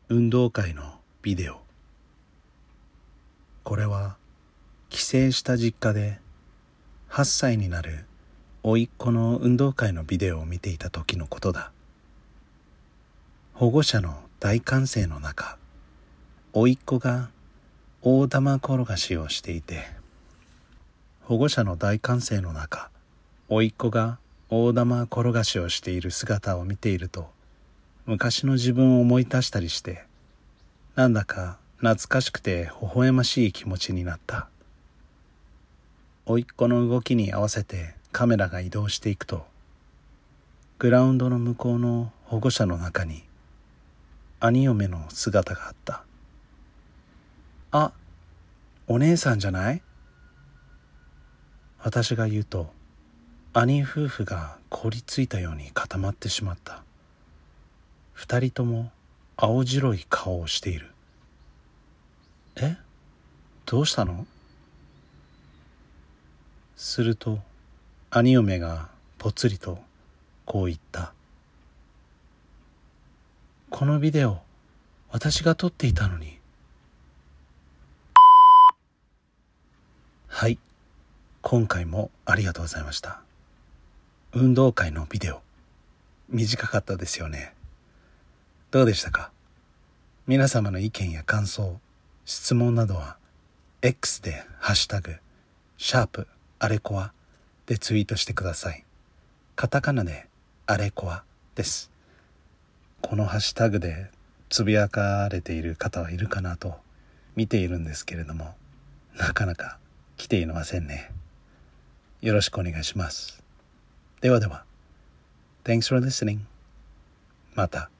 運動会のビデオ。これは帰省した実家で8歳になる甥っ子の運動会のビデオを見ていた時のことだ。保護者の大歓声の中、甥っ子が大玉転がしをしていて、保護者の大歓声の中、甥っ子が大玉転がしをしている姿を見ていると、昔の自分を思い出したりして、なんだか懐かしくて微笑ましい気持ちになった。甥っ子の動きに合わせてカメラが移動していくと、グラウンドの向こうの保護者の中に兄嫁の姿があった。あ、お姉さんじゃない？私が言うと、兄夫婦が凍りついたように固まってしまった。二人とも青白い顔をしている。どうしたの？すると兄嫁がぽつりとこう言った。このビデオ、私が撮っていたのに。はい、今回もありがとうございました。運動会のビデオ、短かったですよね。どうでしたか？皆様の意見や感想、質問などは X でハッシュタグ#あれこわでツイートしてください。カタカナであれこわです。このハッシュタグでつぶやかれている方はいるかなと見ているんですけれども、なかなか来ていませんね。よろしくお願いします。ではでは、Thanks for listening. また。